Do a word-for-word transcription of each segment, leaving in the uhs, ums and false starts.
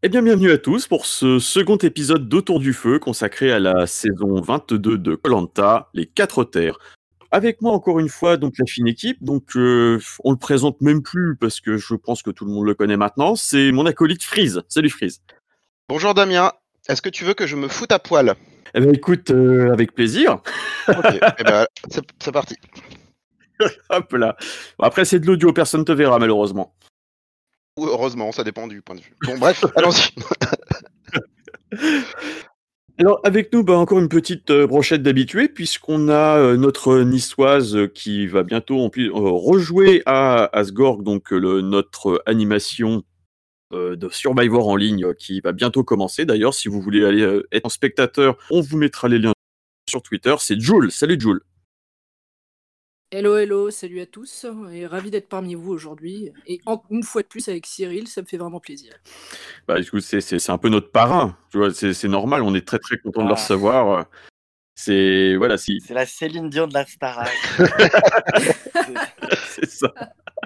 Eh bien, bienvenue à tous pour ce second épisode d'Autour du Feu consacré à la saison vingt-deux de koh lanta, les quatre terres. Avec moi encore une fois, donc la fine équipe, donc euh, on le présente même plus parce que je pense que tout le monde le connaît maintenant, c'est mon acolyte Freeze. Salut Freeze. Bonjour Damien, est-ce que tu veux que je me foute à poil? Eh bien écoute, euh, avec plaisir. Ok, eh ben, c'est, c'est parti. Hop là. Bon, après c'est de l'audio, personne ne te verra malheureusement. Ou heureusement, ça dépend du point de vue. Bon bref, allons-y. Alors avec nous, bah, encore une petite euh, brochette d'habitués, puisqu'on a euh, notre niçoise euh, qui va bientôt en plus, euh, rejouer à Asgore, donc euh, le, notre euh, animation euh, de Survivor en ligne euh, qui va bientôt commencer. D'ailleurs, si vous voulez aller euh, être un spectateur, on vous mettra les liens sur Twitter. C'est Jules. Salut Jules. Hello, hello, salut à tous, et ravi d'être parmi vous aujourd'hui. Et en- une fois de plus avec Cyril, ça me fait vraiment plaisir. Bah, écoute, c'est, c'est, c'est un peu notre parrain. Tu vois, c'est, c'est normal. On est très très content de le Ah. recevoir. C'est voilà, si. C'est la Céline Dion de la Starac. C'est ça.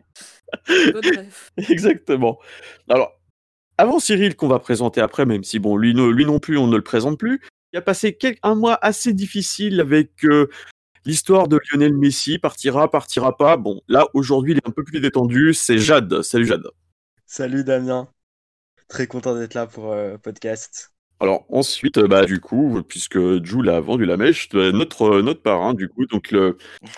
Bonne ref. Exactement. Alors, avant Cyril, qu'on va présenter après, même si bon, lui, no- lui non plus, on ne le présente plus, il a passé quel- un mois assez difficile avec euh, l'histoire de Lionel Messi, partira, partira pas. Bon, là, aujourd'hui, il est un peu plus détendu, c'est Jade. Salut Jade. Salut Damien, très content d'être là pour euh, podcast. Alors ensuite, euh, bah du coup, puisque Jules a vendu la mèche, euh, notre euh, notre parrain, du coup, donc le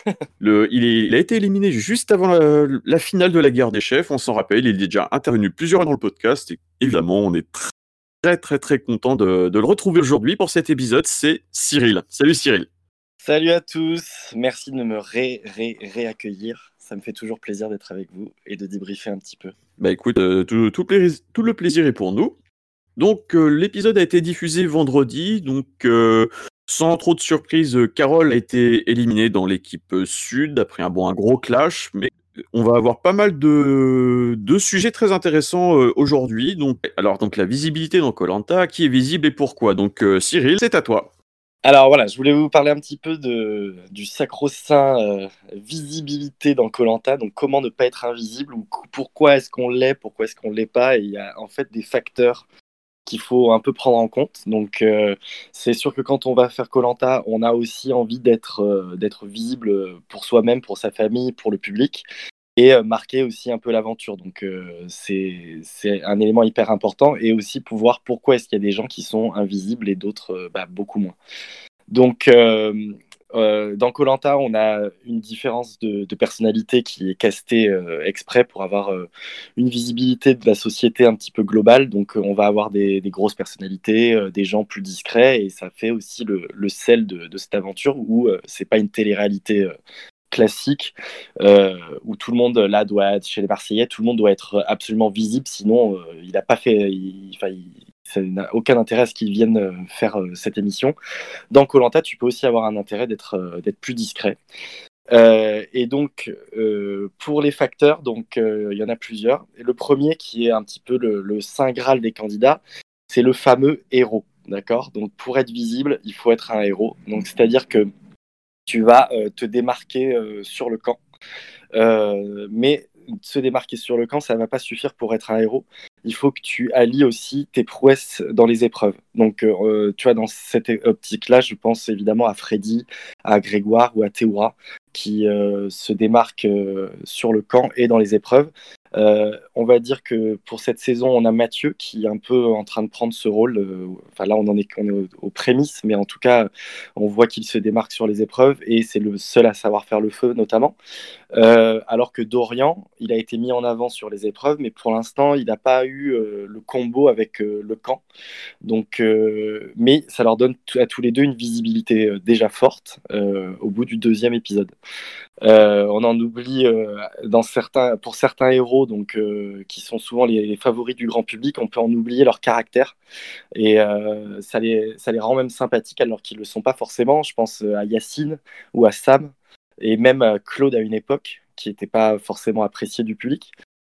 le il est il a été éliminé juste avant la, la finale de la guerre des chefs. On s'en rappelle, il est déjà intervenu plusieurs fois dans le podcast. Et évidemment, on est très très très content de, de le retrouver aujourd'hui pour cet épisode. C'est Cyril. Salut Cyril. Salut à tous, merci de me ré, ré, réaccueillir. Ça me fait toujours plaisir d'être avec vous et de débriefer un petit peu. Bah écoute, euh, tout, tout, plais- tout le plaisir est pour nous. Donc euh, l'épisode a été diffusé vendredi, donc euh, sans trop de surprise, euh, Carole a été éliminée dans l'équipe euh, sud après un bon un gros clash, mais on va avoir pas mal de, de sujets très intéressants euh, aujourd'hui. Donc alors donc la visibilité dans koh lanta, qui est visible et pourquoi. Donc euh, Cyril, c'est à toi. Alors voilà, je voulais vous parler un petit peu de, du sacro-saint euh, visibilité dans koh lanta, donc comment ne pas être invisible, ou c- pourquoi est-ce qu'on l'est, pourquoi est-ce qu'on l'est pas, et il y a en fait des facteurs qu'il faut un peu prendre en compte. Donc euh, c'est sûr que quand on va faire koh lanta, on a aussi envie d'être euh, d'être visible pour soi-même, pour sa famille, pour le public, et euh, marquer aussi un peu l'aventure. Donc euh, c'est c'est un élément hyper important, et aussi pouvoir pourquoi est-ce qu'il y a des gens qui sont invisibles et d'autres euh, bah, beaucoup moins. Donc, euh, euh, dans koh lanta, on a une différence de, de personnalité qui est castée euh, exprès pour avoir euh, une visibilité de la société un petit peu globale. Donc, euh, on va avoir des, des grosses personnalités, euh, des gens plus discrets, et ça fait aussi le, le sel de, de cette aventure où euh, c'est pas une télé-réalité euh, classique euh, où tout le monde là doit être chez les Marseillais, tout le monde doit être absolument visible, sinon euh, il n'a pas fait, il, enfin, il, ça n'a aucun intérêt à ce qu'ils viennent euh, faire euh, cette émission. Dans koh lanta, tu peux aussi avoir un intérêt d'être euh, d'être plus discret. Euh, et donc, euh, pour les facteurs, donc euh, il y en a plusieurs. Et le premier, qui est un petit peu le, le saint graal des candidats, c'est le fameux héros. D'accord. Donc, pour être visible, il faut être un héros. Donc, c'est-à-dire que tu vas euh, te démarquer euh, sur le camp. Euh, mais se démarquer sur le camp, ça ne va pas suffire pour être un héros. Il faut que tu allies aussi tes prouesses dans les épreuves. Donc, euh, tu vois, dans cette optique-là, je pense évidemment à Freddy, à Grégoire ou à Théoura, qui euh, se démarquent euh, sur le camp et dans les épreuves. Euh, on va dire que pour cette saison, on a Mathieu qui est un peu en train de prendre ce rôle. Euh, enfin là, on en est, on est aux, aux prémices, mais en tout cas, on voit qu'il se démarque sur les épreuves et c'est le seul à savoir faire le feu, notamment. Euh, alors que Dorian, il a été mis en avant sur les épreuves, mais pour l'instant, il n'a pas eu euh, le combo avec euh, le camp. Donc, euh, mais ça leur donne t- à tous les deux une visibilité euh, déjà forte euh, au bout du deuxième épisode. Euh, on en oublie euh, dans certains, pour certains héros, donc euh, qui sont souvent les, les favoris du grand public, on peut en oublier leur caractère et euh, ça les, ça les rend même sympathiques alors qu'ils le sont pas forcément. Je pense à Yacine ou à Sam et même à Claude à une époque qui n'était pas forcément apprécié du public.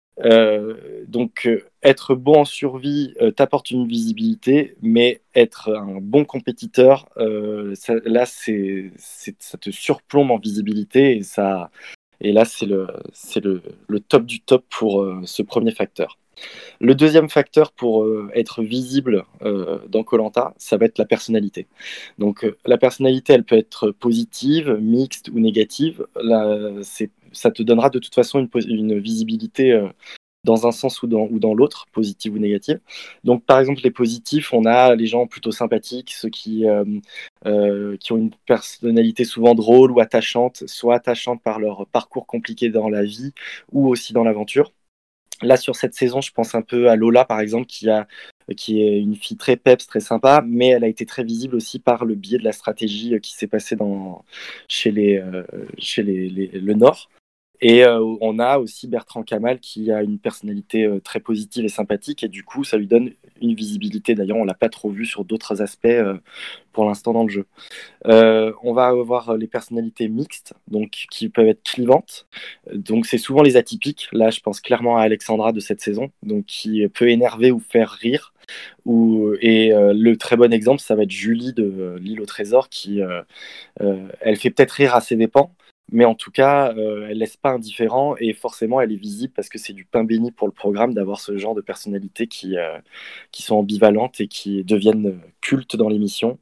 Euh, donc, euh, être bon en survie euh, t'apporte une visibilité, mais être un bon compétiteur, euh, ça, là, c'est, c'est, ça te surplombe en visibilité et, ça, et là, c'est le, c'est le, le top du top pour euh, ce premier facteur. Le deuxième facteur pour euh, être visible euh, dans koh lanta, ça va être la personnalité. Donc euh, la personnalité, elle peut être positive, mixte ou négative. Là, c'est, ça te donnera de toute façon une, une visibilité euh, dans un sens ou dans, ou dans l'autre, positive ou négative. Donc par exemple, les positifs, on a les gens plutôt sympathiques, ceux qui, euh, euh, qui ont une personnalité souvent drôle ou attachante, soit attachante par leur parcours compliqué dans la vie ou aussi dans l'aventure. Là, sur cette saison, je pense un peu à Lola, par exemple, qui, a, qui est une fille très peps, très sympa, mais elle a été très visible aussi par le biais de la stratégie qui s'est passée dans, chez, les, euh, chez les, les, le Nord. Et euh, on a aussi Bertrand Kamal qui a une personnalité euh, très positive et sympathique, et du coup, ça lui donne une visibilité. D'ailleurs, on ne l'a pas trop vu sur d'autres aspects euh, pour l'instant dans le jeu. Euh, on va avoir les personnalités mixtes, donc qui peuvent être clivantes. Donc c'est souvent les atypiques. Là, je pense clairement à Alexandra de cette saison, donc qui peut énerver ou faire rire. Ou, et euh, le très bon exemple, ça va être Julie de euh, l'île au trésor, qui euh, euh, elle fait peut-être rire à ses dépens, mais en tout cas, euh, elle laisse pas indifférent et forcément, elle est visible parce que c'est du pain béni pour le programme d'avoir ce genre de personnalités qui, euh, qui sont ambivalentes et qui deviennent cultes dans l'émission.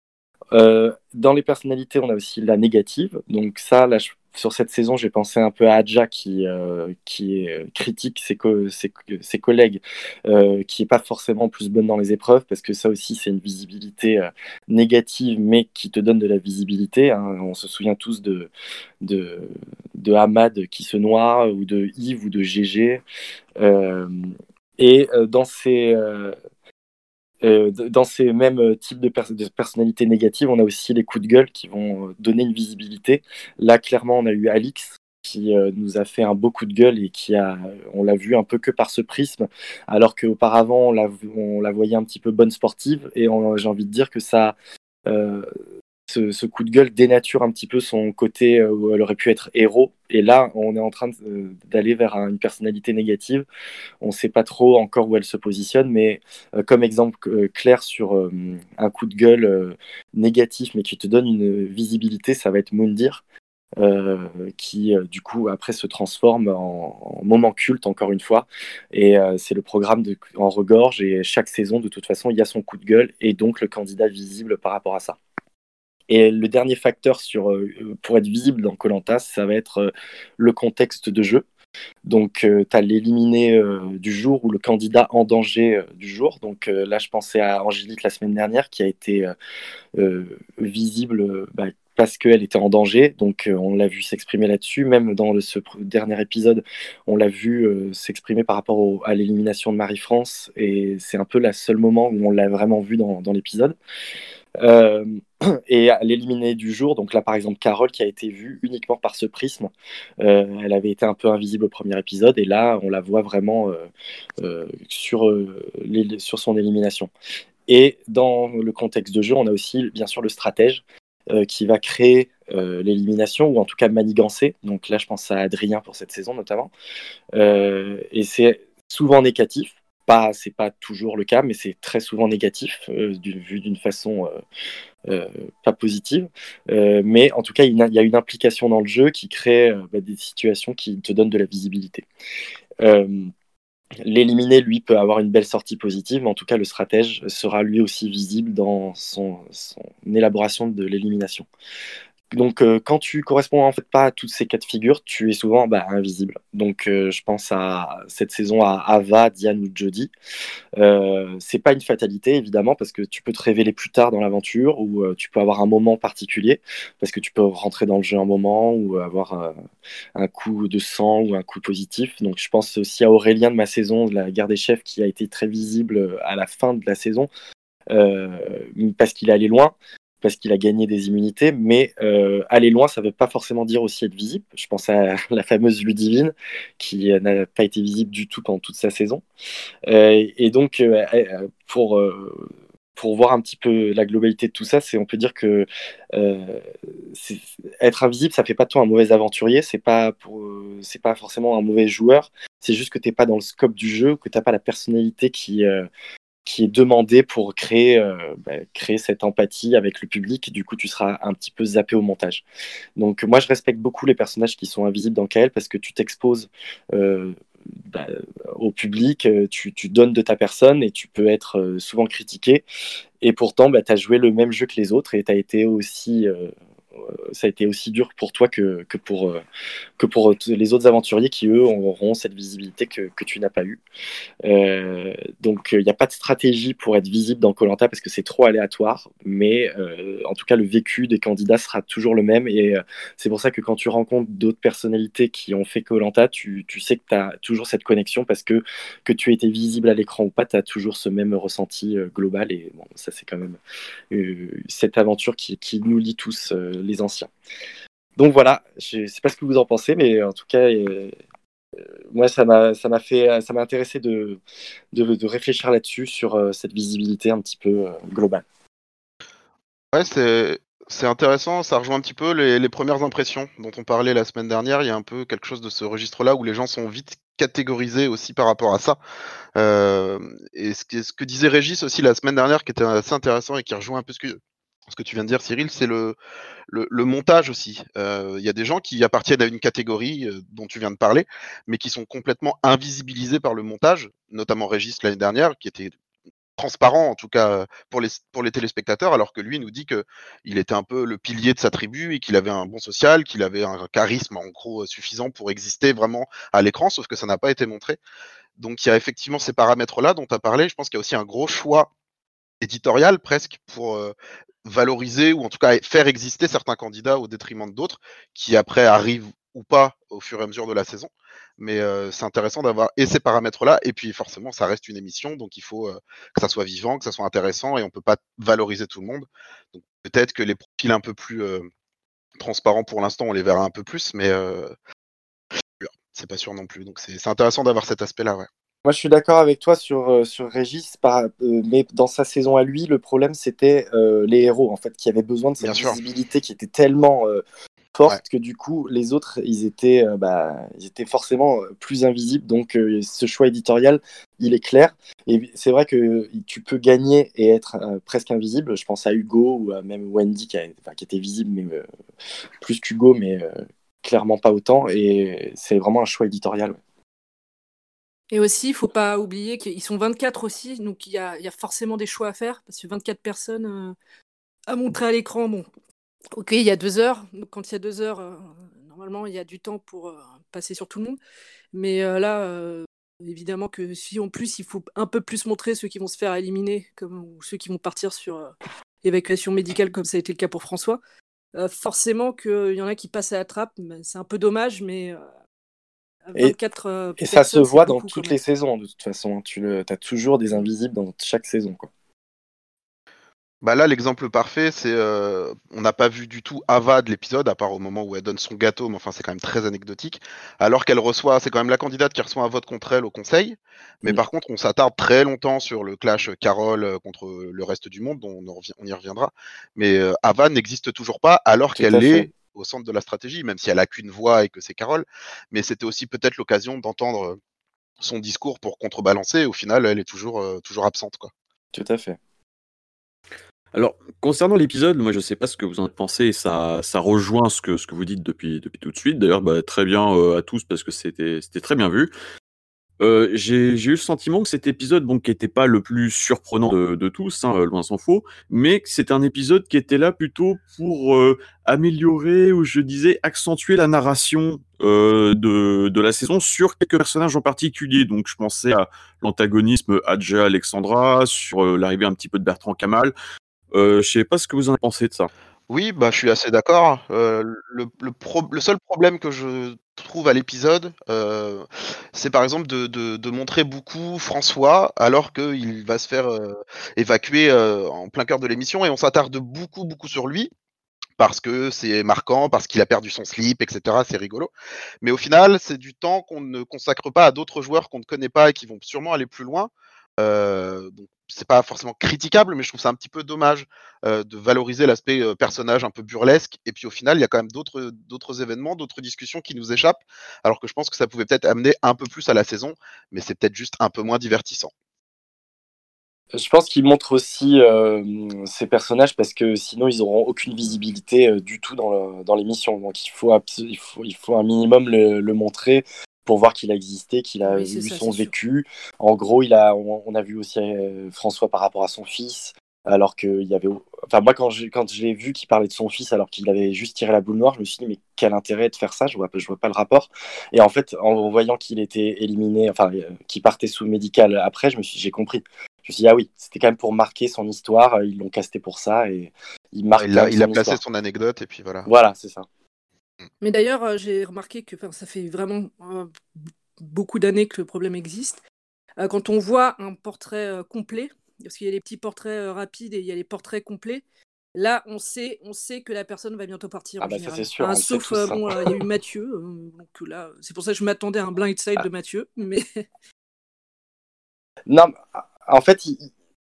Euh, dans les personnalités, on a aussi la négative. Donc ça, là, je, sur cette saison, j'ai pensé un peu à Adja qui, euh, qui est, critique ses, co- ses, ses collègues, euh, qui n'est pas forcément plus bonne dans les épreuves, parce que ça aussi, c'est une visibilité euh, négative, mais qui te donne de la visibilité. Hein. On se souvient tous de, de, de Ahmad qui se noie, ou de Yves, ou de G G. Euh, et euh, dans ces... Euh, Euh, dans ces mêmes types de, pers- de personnalités négatives, on a aussi les coups de gueule qui vont euh, donner une visibilité. Là, clairement, on a eu Alix qui euh, nous a fait un beau coup de gueule et qui a, on l'a vu un peu que par ce prisme, alors qu'auparavant, on la, on la voyait un petit peu bonne sportive. Et on- j'ai envie de dire que ça, euh, ce, ce coup de gueule dénature un petit peu son côté euh, où elle aurait pu être héros. Et là, on est en train de- euh, d'aller vers un- une personnalité négative. On ne sait pas trop encore où elle se positionne, mais euh, comme exemple euh, clair sur euh, un coup de gueule euh, négatif, mais qui te donne une visibilité, ça va être Moundir, euh, qui euh, du coup après se transforme en, en moment culte encore une fois. Et euh, c'est le programme de, en regorge, et chaque saison, de toute façon, il y a son coup de gueule, et donc le candidat visible par rapport à ça. Et le dernier facteur sur, euh, pour être visible dans koh lanta, ça va être euh, le contexte de jeu. Donc, euh, tu as l'éliminé euh, du jour ou le candidat en danger euh, du jour. Donc, euh, là, je pensais à Angélique la semaine dernière qui a été euh, euh, visible euh, bah, parce qu'elle était en danger. Donc, euh, on l'a vu s'exprimer là-dessus. Même dans le, ce dernier épisode, on l'a vu euh, s'exprimer par rapport au, à l'élimination de Marie-France. Et c'est un peu le seul moment où on l'a vraiment vu dans, dans l'épisode. Euh, et à l'éliminer du jour, donc là par exemple Carole qui a été vue uniquement par ce prisme, euh, elle avait été un peu invisible au premier épisode et là on la voit vraiment euh, euh, sur, euh, les, sur son élimination. Et dans le contexte de jeu, on a aussi bien sûr le stratège euh, qui va créer euh, l'élimination ou en tout cas manigancer. Donc là je pense à Adrien pour cette saison notamment. Euh, et c'est souvent négatif. Pas, c'est pas toujours le cas, mais c'est très souvent négatif, euh, du, vu d'une façon euh, euh, pas positive. Euh, mais en tout cas, il y a une implication dans le jeu qui crée euh, bah, des situations qui te donnent de la visibilité. Euh, L'éliminer, lui, peut avoir une belle sortie positive, mais en tout cas, le stratège sera lui aussi visible dans son, son élaboration de l'élimination. Donc, euh, quand tu corresponds en fait pas à toutes ces cas de figure, tu es souvent bah, invisible. Donc, euh, je pense à cette saison à Ava, Diane ou Jodie. Euh, c'est pas une fatalité évidemment parce que tu peux te révéler plus tard dans l'aventure ou euh, tu peux avoir un moment particulier parce que tu peux rentrer dans le jeu un moment ou avoir euh, un coup de sang ou un coup positif. Donc, je pense aussi à Aurélien de ma saison de la guerre des chefs qui a été très visible à la fin de la saison euh, parce qu'il est allé loin, parce qu'il a gagné des immunités, mais euh, aller loin, ça ne veut pas forcément dire aussi être visible. Je pense à la fameuse Ludivine, qui euh, n'a pas été visible du tout pendant toute sa saison. Euh, et donc, euh, euh, pour, euh, pour voir un petit peu la globalité de tout ça, c'est, on peut dire que euh, c'est, être invisible, ça ne fait pas de toi un mauvais aventurier, c'est pas, pour, euh, c'est pas forcément un mauvais joueur, c'est juste que tu n'es pas dans le scope du jeu, que tu n'as pas la personnalité qui... Euh, qui est demandé pour créer, euh, bah, créer cette empathie avec le public. Du coup, tu seras un petit peu zappé au montage. Donc, moi, je respecte beaucoup les personnages qui sont invisibles dans K L parce que tu t'exposes euh, bah, au public, tu, tu donnes de ta personne et tu peux être euh, souvent critiqué. Et pourtant, bah, tu as joué le même jeu que les autres et t'as été aussi, euh, ça a été aussi dur pour toi que, que, pour, euh, que pour les autres aventuriers qui, eux, auront cette visibilité que, que tu n'as pas eue. Euh, donc, il n'y a pas de stratégie pour être visible dans koh parce que c'est trop aléatoire, mais euh, en tout cas, le vécu des candidats sera toujours le même. Et euh, c'est pour ça que quand tu rencontres d'autres personnalités qui ont fait koh tu, tu sais que tu as toujours cette connexion parce que que tu aies été visible à l'écran ou pas, tu as toujours ce même ressenti euh, global. Et bon, ça, c'est quand même euh, cette aventure qui, qui nous lie tous, euh, les anciens. Donc voilà, je ne sais pas ce que vous en pensez, mais en tout cas, euh, moi, ça m'a, ça m'a fait, ça m'a intéressé de, de, de réfléchir là-dessus, sur euh, cette visibilité un petit peu euh, globale. Ouais, c'est c'est intéressant, ça rejoint un petit peu les, les premières impressions dont on parlait la semaine dernière. Il y a un peu quelque chose de ce registre-là où les gens sont vite catégorisés aussi par rapport à ça. Euh, et ce que, ce que disait Régis aussi la semaine dernière, qui était assez intéressant et qui rejoint un peu ce que, ce que tu viens de dire, Cyril, c'est le, le, le montage aussi. Euh, Il y a des gens qui appartiennent à une catégorie euh, dont tu viens de parler, mais qui sont complètement invisibilisés par le montage, notamment Régis l'année dernière, qui était transparent en tout cas pour les, pour les téléspectateurs, alors que lui nous dit que il était un peu le pilier de sa tribu et qu'il avait un bon social, qu'il avait un charisme en gros suffisant pour exister vraiment à l'écran, sauf que ça n'a pas été montré. Donc il y a effectivement ces paramètres-là dont tu as parlé. Je pense qu'il y a aussi un gros choix éditorial presque pour euh, valoriser ou en tout cas faire exister certains candidats au détriment d'autres qui après arrivent ou pas au fur et à mesure de la saison. Mais euh, c'est intéressant d'avoir et ces paramètres-là, et puis forcément ça reste une émission, donc il faut euh, que ça soit vivant, que ça soit intéressant, et on peut pas valoriser tout le monde. Donc peut-être que les profils un peu plus euh, transparents pour l'instant, on les verra un peu plus, mais euh, c'est pas sûr non plus. Donc c'est c'est intéressant d'avoir cet aspect-là, ouais. Moi, je suis d'accord avec toi sur, euh, sur Régis, par- euh, mais dans sa saison à lui, le problème, c'était euh, les héros, en fait, qui avaient besoin de cette Bien sûr. visibilité qui était tellement euh, forte Ouais. que du coup, les autres, ils étaient, euh, bah, ils étaient forcément euh, plus invisibles. Donc, euh, ce choix éditorial, il est clair. Et c'est vrai que tu peux gagner et être euh, presque invisible. Je pense à Hugo ou à même Wendy qui, a- enfin, qui était visible, mais euh, plus qu'Hugo, mais euh, clairement pas autant. Et c'est vraiment un choix éditorial. Ouais. Et aussi, il ne faut pas oublier qu'ils sont vingt-quatre aussi, donc il y a, il y a forcément des choix à faire, parce que vingt-quatre personnes euh, à montrer à l'écran, bon, ok, il y a deux heures, donc quand il y a deux heures, euh, normalement, il y a du temps pour euh, passer sur tout le monde, mais euh, là, euh, évidemment que si en plus, il faut un peu plus montrer ceux qui vont se faire éliminer, comme, ou ceux qui vont partir sur euh, évacuation médicale, comme ça a été le cas pour François, euh, forcément qu'il y en a qui passent à la trappe, mais c'est un peu dommage, mais... euh, Et, vingt-quatre euh, et ça se personnes, c'est voit dans beaucoup, toutes quand les même. saisons, de toute façon. Tu as toujours des invisibles dans chaque saison, quoi. Bah là, l'exemple parfait, c'est euh, on n'a pas vu du tout Ava de l'épisode, à part au moment où elle donne son gâteau, mais enfin c'est quand même très anecdotique. Alors qu'elle reçoit, c'est quand même la candidate qui reçoit un vote contre elle au conseil. Mais Mm. par contre, on s'attarde très longtemps sur le clash Carole euh, contre le reste du monde, dont on, en revi- on y reviendra. Mais euh, Ava n'existe toujours pas, alors Tout à qu'elle fait. est au centre de la stratégie, même si elle a qu'une voix et que c'est Carole. Mais c'était aussi peut-être l'occasion d'entendre euh, son discours pour contrebalancer. Et au final, elle est toujours, euh, toujours absente, quoi. Tout à fait. Alors, concernant l'épisode, moi je sais pas ce que vous en pensez, ça, ça rejoint ce que, ce que vous dites depuis, depuis tout de suite. D'ailleurs, bah, très bien euh, à tous parce que c'était c'était très bien vu. Euh, j'ai j'ai eu le sentiment que cet épisode, bon, qui était pas le plus surprenant de, de tous, hein, euh, loin s'en faut, mais que c'était un épisode qui était là plutôt pour euh, améliorer ou je disais accentuer la narration euh, de, de la saison sur quelques personnages en particulier. Donc je pensais à l'antagonisme Adja Alexandra, sur euh, l'arrivée un petit peu de Bertrand Kamal. Euh, je sais pas ce que vous en pensez de ça. Oui, bah, je suis assez d'accord. Euh, le, le, pro- le seul problème que je trouve à l'épisode, euh, c'est par exemple de, de, de montrer beaucoup François alors qu'il va se faire euh, évacuer euh, en plein cœur de l'émission et on s'attarde beaucoup, beaucoup sur lui parce que c'est marquant, parce qu'il a perdu son slip, et cetera. C'est rigolo. Mais au final, c'est du temps qu'on ne consacre pas à d'autres joueurs qu'on ne connaît pas et qui vont sûrement aller plus loin. Euh, donc c'est pas forcément critiquable, mais je trouve ça un petit peu dommage euh, de valoriser l'aspect euh, personnage un peu burlesque. Et puis au final, il y a quand même d'autres d'autres événements, d'autres discussions qui nous échappent. Alors que je pense que ça pouvait peut-être amener un peu plus à la saison, mais c'est peut-être juste un peu moins divertissant. Je pense qu'ils montrent aussi euh, ces personnages parce que sinon ils n'auront aucune visibilité euh, du tout dans, le, dans l'émission. Donc il faut, abs- il, faut, il faut un minimum le, le montrer pour voir qu'il a existé, qu'il a Oui, c'est eu ça, son c'est sûr. vécu. En gros, il a, on, on a vu aussi euh, François par rapport à son fils, alors qu'il y avait. Enfin, moi, quand j'ai quand j'ai vu qu'il parlait de son fils, alors qu'il avait juste tiré la boule noire, je me suis dit, mais quel intérêt de faire ça? Je vois, je vois pas le rapport. Et en fait, en voyant qu'il était éliminé, enfin, euh, qu'il partait sous médical après, je me suis, j'ai compris. Je me suis dit, ah oui, c'était quand même pour marquer son histoire. Ils l'ont casté pour ça et il marque Il quand a, même il a son placé histoire. son anecdote et puis voilà. Voilà, c'est ça. Mais d'ailleurs, euh, j'ai remarqué que 'fin, ça fait vraiment euh, beaucoup d'années que le problème existe. Euh, quand on voit un portrait euh, complet, parce qu'il y a les petits portraits euh, rapides et il y a les portraits complets, là, on sait, on sait que la personne va bientôt partir Ah en bah ça général. c'est sûr, Enfin, on le sait sauf, tous euh, ça. bon, euh, il y a eu Mathieu, euh, donc là, c'est pour ça que je m'attendais à un blindside de Mathieu, mais Non, mais, en fait, ils,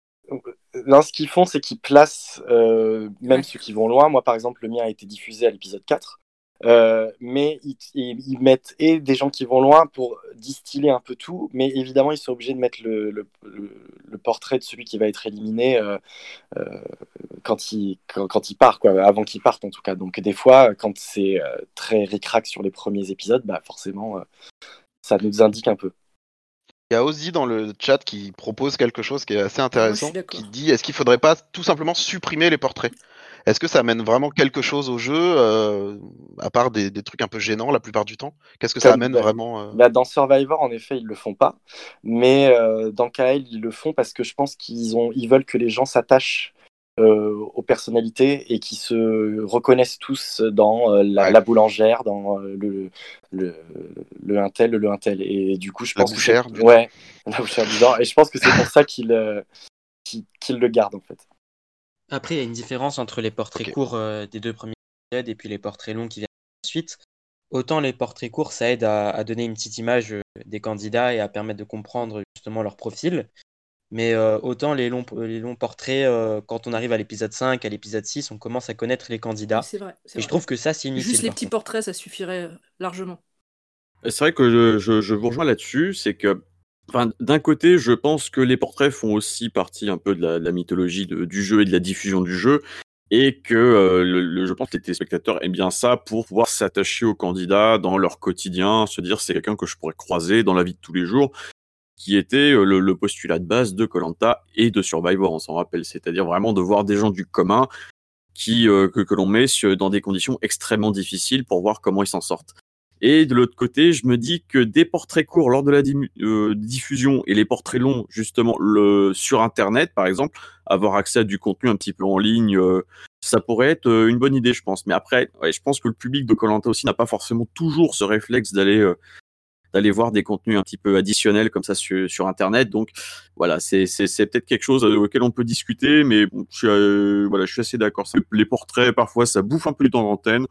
non, ce qu'ils font, c'est qu'ils placent euh, même Ouais. ceux qui vont loin. Moi, par exemple, le mien a été diffusé à l'épisode quatre. Euh, mais ils, ils- ils mettent et des gens qui vont loin pour distiller un peu tout. Mais évidemment, ils sont obligés de mettre le, le- le- le portrait de celui qui va être éliminé euh, euh, quand, il, quand, quand il part, quoi, avant qu'il parte en tout cas. Donc, des fois, quand c'est euh, très ric-rac sur les premiers épisodes, bah, forcément, euh, ça nous indique un peu. Il y a Ozzy dans le chat qui propose quelque chose qui est assez moi, je suis intéressant, d'accord. qui dit est-ce qu'il faudrait pas tout simplement supprimer les portraits? Est-ce que ça amène vraiment quelque chose au jeu, euh, à part des, des trucs un peu gênants la plupart du temps? Qu'est-ce que ça Comme amène bah, vraiment euh, bah, dans Survivor, en effet, ils le font pas. Mais euh, dans K L, ils le font parce que je pense qu'ils ont, ils veulent que les gens s'attachent euh, aux personnalités et qui se reconnaissent tous dans euh, la, ouais, la boulangère, dans euh, le, le, le un tel, le un tel. Et du coup, je la pense que c'est bouchère du Nord? ouais, la bouchère du Nord. Et je pense que c'est pour ça qu'ils euh, qu'ils, qu'ils le gardent en fait. Après, il y a une différence entre les portraits Ok. courts euh, des deux premiers épisodes et puis les portraits longs qui viennent ensuite. Autant les portraits courts, ça aide à, à donner une petite image euh, des candidats et à permettre de comprendre justement leur profil. Mais euh, autant les longs, les longs portraits, euh, quand on arrive à l'épisode cinq, à l'épisode six, on commence à connaître les Oui, candidats. c'est vrai, c'est Et je vrai. trouve que ça, c'est Juste inutile les par petits contre. portraits, ça suffirait euh, largement. C'est vrai que je, je- je vous rejoins là-dessus, c'est que, enfin, d'un côté, je pense que les portraits font aussi partie un peu de la, de la mythologie de- du jeu et de la diffusion du jeu, et que euh, le, le- je pense que les téléspectateurs aiment bien ça pour pouvoir s'attacher aux candidats dans leur quotidien, se dire c'est quelqu'un que je pourrais croiser dans la vie de tous les jours, qui était euh, le, le postulat de base de koh et de Survivor, on s'en rappelle, c'est-à-dire vraiment de voir des gens du commun qui, euh, que, que l'on met sur- dans des conditions extrêmement difficiles pour voir comment ils s'en sortent. Et de l'autre côté, je me dis que des portraits courts lors de la dimu- euh, diffusion et les portraits longs, justement, le, sur Internet, par exemple, avoir accès à du contenu un petit peu en ligne, euh, ça pourrait être euh, une bonne idée, je pense. Mais après, ouais, je pense que le public de koh aussi n'a pas forcément toujours ce réflexe d'aller euh, d'aller voir des contenus un petit peu additionnels comme ça sur, sur Internet. Donc voilà, c'est, c'est, c'est peut-être quelque chose euh, auquel on peut discuter, mais bon, je, suis, euh, voilà, je suis assez d'accord. C'est- Les portraits, parfois, ça bouffe un peu du temps d'antenne.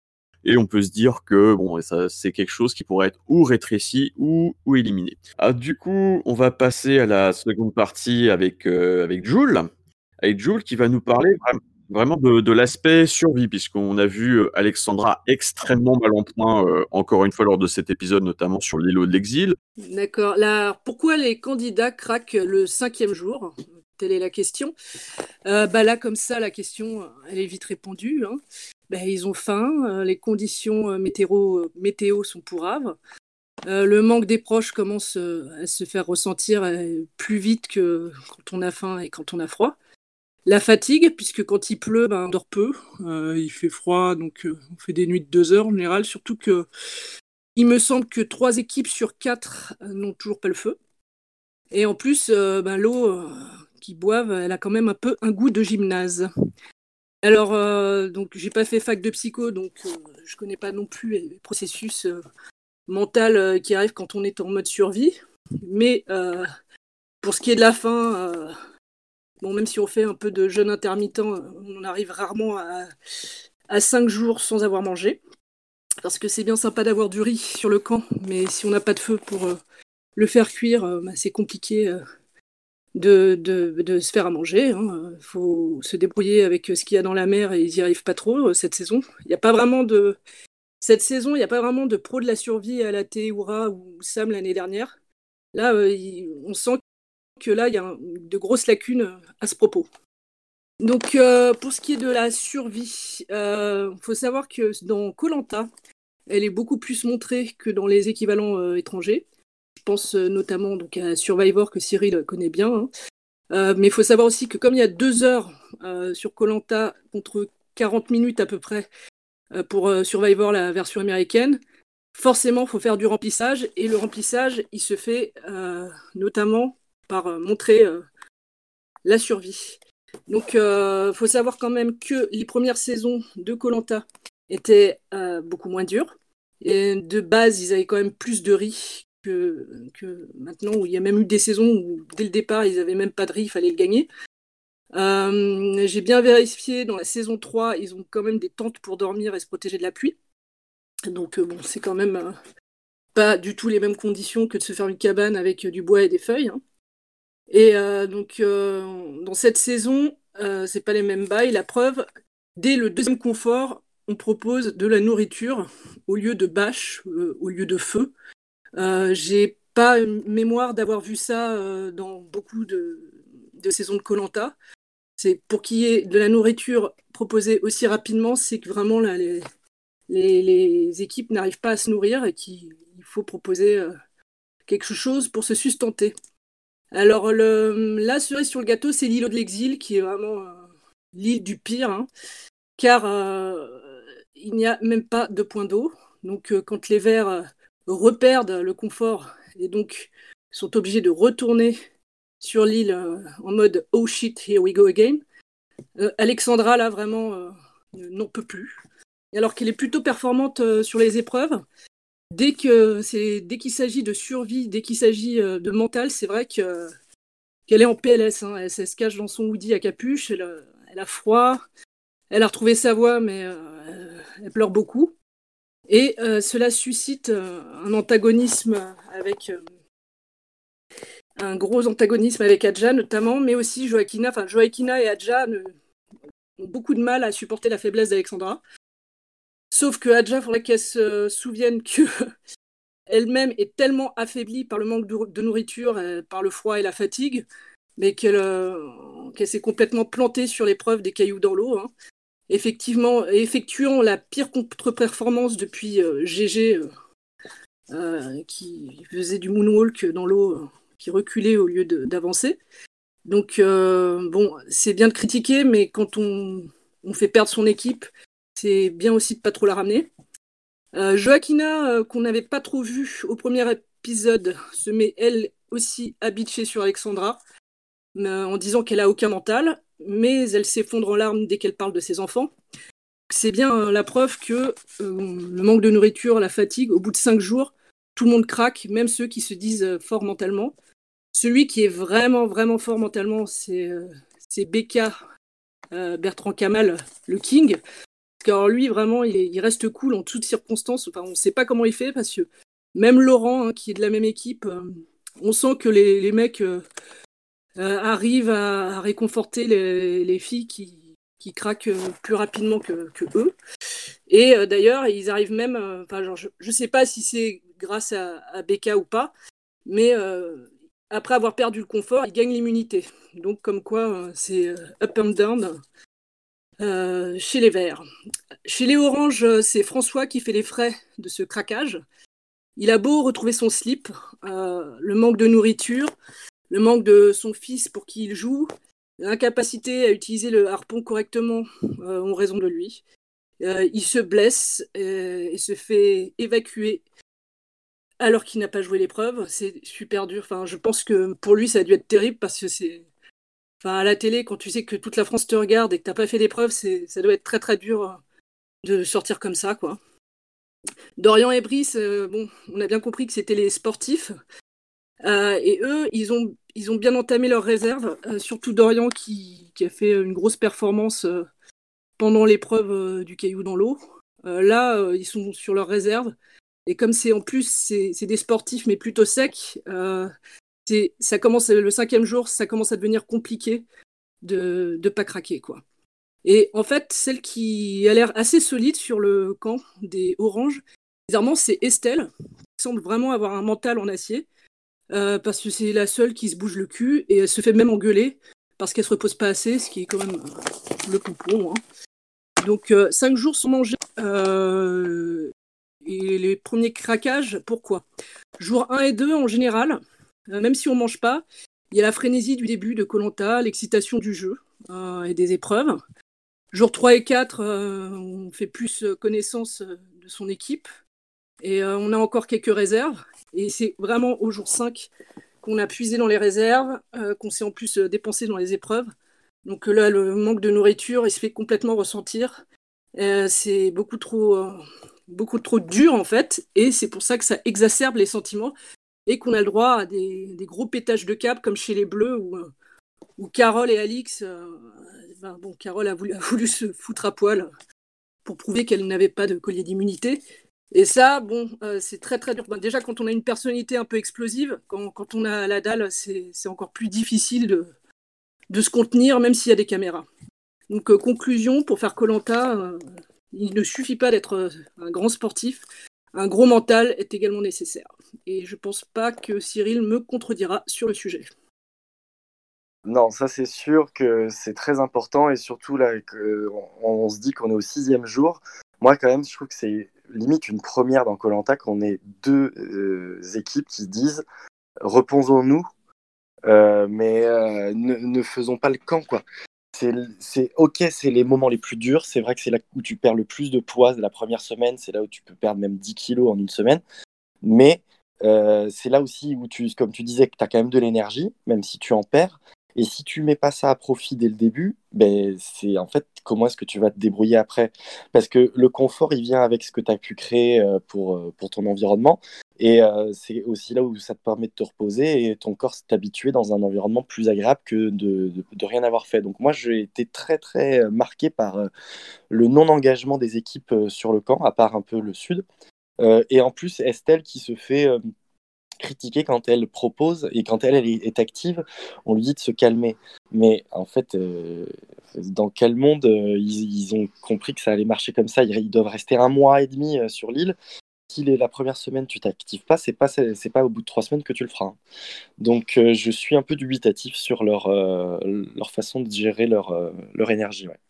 Et on peut se dire que bon, ça, c'est quelque chose qui pourrait être ou rétréci ou, ou éliminé. Ah, du coup, on va passer à la seconde partie avec, euh, avec Jules. Avec Jules qui va nous parler vra- vraiment de, de l'aspect survie, puisqu'on a vu euh, Alexandra extrêmement mal en point, euh, encore une fois, lors de cet épisode, notamment sur l'îlot de l'exil. D'accord. Là, pourquoi les candidats craquent le cinquième jour? Telle est la question. Euh, bah là, comme ça, la question, euh, elle est vite répondue, hein. Bah, ils ont faim, euh, les conditions euh, météo, météo sont pourraves. Euh, le manque des proches commence euh, à se faire ressentir euh, plus vite que quand on a faim et quand on a froid. La fatigue, puisque quand il pleut, ben, on dort peu, euh, il fait froid, donc euh, on fait des nuits de deux heures en général, surtout que il me semble que trois équipes sur quatre euh, n'ont toujours pas le feu. Et en plus, euh, ben, l'eau euh, qu'ils boivent, elle a quand même un peu un goût de gymnase. Alors, euh, donc, j'ai pas fait fac de psycho, donc euh, je connais pas non plus les processus euh, mentaux euh, qui arrivent quand on est en mode survie. Mais euh, pour ce qui est de la faim, euh, bon, même si on fait un peu de jeûne intermittent, on arrive rarement à, à cinq jours sans avoir mangé. Parce que c'est bien sympa d'avoir du riz sur le camp, mais si on n'a pas de feu pour euh, le faire cuire, euh, bah, c'est compliqué euh, de, de, de se faire à manger. Il hein. Faut se débrouiller avec ce qu'il y a dans la mer et ils n'y arrivent pas trop euh, cette saison. Il n'y a pas vraiment de cette saison, il n'y a pas vraiment de pro de la survie à la Théoura ou Sam l'année dernière. Là, euh, il, on sent que là, il y a un, de grosses lacunes à ce propos. Donc, euh, pour ce qui est de la survie, il euh, faut savoir que dans koh elle est beaucoup plus montrée que dans les équivalents euh, étrangers. Je pense euh, notamment donc, à Survivor, que Cyril connaît bien. Hein. Euh, mais il faut savoir aussi que comme il y a deux heures euh, sur koh lanta contre quarante minutes à peu près euh, pour euh, Survivor, la version américaine, forcément, il faut faire du remplissage. Et le remplissage, il se fait euh, notamment par euh, montrer euh, la survie. Donc, il euh, faut savoir quand même que les premières saisons de koh lanta étaient euh, beaucoup moins dures. Et de base, ils avaient quand même plus de riz que, que maintenant, où il y a même eu des saisons où, dès le départ, ils n'avaient même pas de riz, il fallait le gagner. Euh, j'ai bien vérifié, dans la saison trois, ils ont quand même des tentes pour dormir et se protéger de la pluie. Donc, euh, bon, c'est quand même euh, pas du tout les mêmes conditions que de se faire une cabane avec euh, du bois et des feuilles. Hein. Et euh, donc, euh, dans cette saison, euh, c'est pas les mêmes bails. La preuve, dès le deuxième confort, on propose de la nourriture au lieu de bâches, euh, au lieu de feu. Euh, j'ai pas une mémoire d'avoir vu ça euh, dans beaucoup de, de saisons de koh lanta. C'est pour qu'il y ait de la nourriture proposée aussi rapidement, c'est que vraiment là, les, les, les équipes n'arrivent pas à se nourrir et qu'il faut proposer euh, quelque chose pour se sustenter. Alors, le, la cerise sur le gâteau, c'est l'îlot de l'exil, qui est vraiment euh, l'île du pire, hein, car euh, il n'y a même pas de point d'eau. Donc, euh, quand les vers euh, reperdent le confort et donc sont obligés de retourner sur l'île euh, en mode « Oh shit, here we go again euh, », Alexandra, là, vraiment, euh, n'en peut plus. Et alors qu'elle est plutôt performante euh, sur les épreuves, dès que c'est, dès qu'il s'agit de survie, dès qu'il s'agit euh, de mental, c'est vrai que qu'elle est en P L S, hein. elle, elle se cache dans son hoodie à capuche, elle, euh, elle a froid, elle a retrouvé sa voix, mais euh, elle pleure beaucoup. Et euh, cela suscite euh, un antagonisme avec euh, un gros antagonisme avec Adja notamment, mais aussi Joaquina. Enfin, Joaquina et Adja ne, ont beaucoup de mal à supporter la faiblesse d'Alexandra. Sauf que Adja, il faudrait qu'elle se souvienne que elle-même est tellement affaiblie par le manque de nourriture, euh, par le froid et la fatigue, mais qu'elle, euh, qu'elle s'est complètement plantée sur l'épreuve des cailloux dans l'eau. Hein. Effectivement, effectuant la pire contre-performance depuis euh, G G, euh, euh, qui faisait du moonwalk dans l'eau, euh, qui reculait au lieu de, d'avancer. Donc, euh, bon, c'est bien de critiquer, mais quand on, on fait perdre son équipe, c'est bien aussi de pas trop la ramener. Euh, Joaquina, euh, qu'on n'avait pas trop vue au premier épisode, se met elle aussi à bitcher sur Alexandra, euh, en disant qu'elle a aucun mental, mais elle s'effondre en larmes dès qu'elle parle de ses enfants. C'est bien euh, la preuve que euh, le manque de nourriture, la fatigue, au bout de cinq jours, tout le monde craque, même ceux qui se disent euh, forts mentalement. Celui qui est vraiment, vraiment fort mentalement, c'est, euh, c'est Becca, euh, Bertrand Kamal, le King. Car lui, vraiment, il, est, il reste cool en toutes circonstances. Enfin, on ne sait pas comment il fait, parce que même Laurent, hein, qui est de la même équipe, euh, on sent que les, les mecs euh, euh, arrivent à, à réconforter les, les filles qui, qui craquent plus rapidement que, que eux. Et euh, d'ailleurs, ils arrivent même... Euh, enfin, genre, je ne sais pas si c'est grâce à, à Becca ou pas, mais euh, après avoir perdu le confort, ils gagnent l'immunité. Donc, comme quoi, euh, c'est euh, up and down euh, chez les Verts. Chez les Oranges, c'est François qui fait les frais de ce craquage. Il a beau retrouver son slip, euh, le manque de nourriture, le manque de son fils pour qui il joue, l'incapacité à utiliser le harpon correctement euh, ont raison de lui. Euh, il se blesse euh, et se fait évacuer alors qu'il n'a pas joué l'épreuve. C'est super dur. Enfin, je pense que pour lui, ça a dû être terrible parce que c'est... Enfin, à la télé, quand tu sais que toute la France te regarde et que tu n'as pas fait l'épreuve, c'est... ça doit être très très dur de sortir comme ça, quoi. Dorian et Brice, euh, bon, on a bien compris que c'était les sportifs. Euh, et eux, ils ont, ils ont bien entamé leur réserve, euh, surtout Dorian qui, qui a fait une grosse performance euh, pendant l'épreuve euh, du caillou dans l'eau. Euh, là, euh, ils sont sur leur réserve. Et comme c'est en plus, c'est, c'est des sportifs, mais plutôt secs, euh, c'est, ça commence, le cinquième jour, ça commence à devenir compliqué de ne pas craquer, quoi. Et en fait, celle qui a l'air assez solide sur le camp des Oranges, bizarrement, c'est Estelle, qui semble vraiment avoir un mental en acier, euh, parce que c'est la seule qui se bouge le cul, et elle se fait même engueuler, parce qu'elle se repose pas assez, ce qui est quand même euh, le pompon. Hein. Donc, euh, cinq jours sans manger, euh, et les premiers craquages, pourquoi? Jour un et deux, en général, euh, même si on ne mange pas, il y a la frénésie du début de koh lanta, l'excitation du jeu euh, et des épreuves. Jour trois et quatre, euh, on fait plus connaissance de son équipe et euh, on a encore quelques réserves. Et c'est vraiment au jour cinq qu'on a puisé dans les réserves, euh, qu'on s'est en plus dépensé dans les épreuves. Donc là, le manque de nourriture, il se fait complètement ressentir. Euh, c'est beaucoup trop, euh, beaucoup trop dur en fait, et c'est pour ça que ça exacerbe les sentiments et qu'on a le droit à des, des gros pétages de câble comme chez les Bleus où, où Carole et Alix, euh, ben, bon, Carole a voulu, a voulu se foutre à poil pour prouver qu'elle n'avait pas de collier d'immunité. Et ça, bon, euh, c'est très très dur. Ben, déjà, quand on a une personnalité un peu explosive, quand, quand on a la dalle, c'est, c'est encore plus difficile de, de se contenir, même s'il y a des caméras. Donc, euh, conclusion, pour faire koh lanta, euh, il ne suffit pas d'être euh, un grand sportif. Un gros mental est également nécessaire. Et je ne pense pas que Cyril me contredira sur le sujet. Non, ça c'est sûr que c'est très important et surtout là, que on, on se dit qu'on est au sixième jour. Moi quand même, je trouve que c'est limite une première dans koh lanta qu'on ait deux euh, équipes qui disent reposons-nous, euh, mais euh, ne, ne faisons pas le camp quoi. C'est, c'est ok, c'est les moments les plus durs. C'est vrai que c'est là où tu perds le plus de poids la première semaine. C'est là où tu peux perdre même dix kilos en une semaine. Mais euh, c'est là aussi où tu, comme tu disais, que tu as quand même de l'énergie, même si tu en perds. Et si tu mets pas ça à profit dès le début, ben c'est en fait comment est-ce que tu vas te débrouiller après? Parce que le confort, il vient avec ce que tu as pu créer euh, pour, euh, pour ton environnement. Et euh, c'est aussi là où ça te permet de te reposer et ton corps s'est habitué dans un environnement plus agréable que de, de, de rien avoir fait. Donc moi, j'ai été très très euh, marqué par euh, le non-engagement des équipes euh, sur le camp, à part un peu le sud. Euh, et en plus, Estelle qui se fait euh, critiquer quand elle propose et quand elle, elle est active, on lui dit de se calmer. Mais en fait, euh, dans quel monde euh, ils, ils ont compris que ça allait marcher comme ça? Ils, ils doivent rester un mois et demi euh, sur l'île. Si les, la première semaine tu t'actives pas, c'est pas c'est pas au bout de trois semaines que tu le feras. Hein. Donc euh, je suis un peu dubitatif sur leur euh, leur façon de gérer leur euh, leur énergie. Ouais.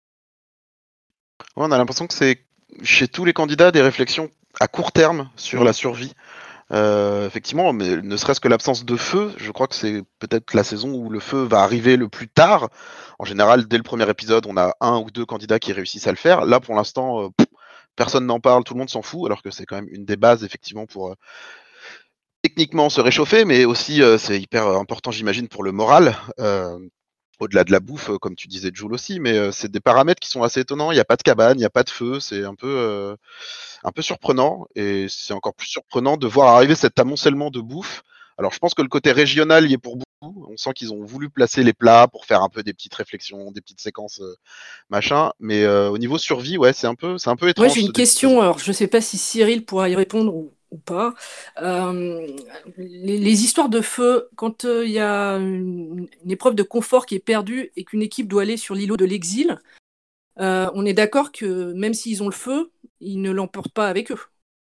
Ouais, on a l'impression que c'est chez tous les candidats des réflexions à court terme sur Mmh. la survie. Euh, effectivement, mais ne serait-ce que l'absence de feu, je crois que c'est peut-être la saison où le feu va arriver le plus tard. En général, dès le premier épisode, on a un ou deux candidats qui réussissent à le faire. Là, pour l'instant, euh, pff, personne n'en parle, tout le monde s'en fout, alors que c'est quand même une des bases, effectivement, pour euh, techniquement se réchauffer, mais aussi euh, c'est hyper important, j'imagine, pour le moral. Euh, au-delà de la bouffe, euh, comme tu disais, Jules aussi, mais euh, c'est des paramètres qui sont assez étonnants. Il n'y a pas de cabane, il n'y a pas de feu, c'est un peu, euh, un peu surprenant, et c'est encore plus surprenant de voir arriver cet amoncellement de bouffe. Alors je pense que le côté régional y est pour beaucoup. On sent qu'ils ont voulu placer les plats pour faire un peu des petites réflexions, des petites séquences, euh, machin. Mais euh, au niveau survie, ouais, c'est un peu, c'est un peu étrange. Moi, j'ai ce une début de saison. question. Alors, je ne sais pas si Cyril pourra y répondre ou, ou pas. Euh, les, les histoires de feu, quand euh, il y a une, une épreuve de confort qui est perdue et qu'une équipe doit aller sur l'îlot de l'exil, euh, on est d'accord que même s'ils ont le feu, ils ne l'emportent pas avec eux.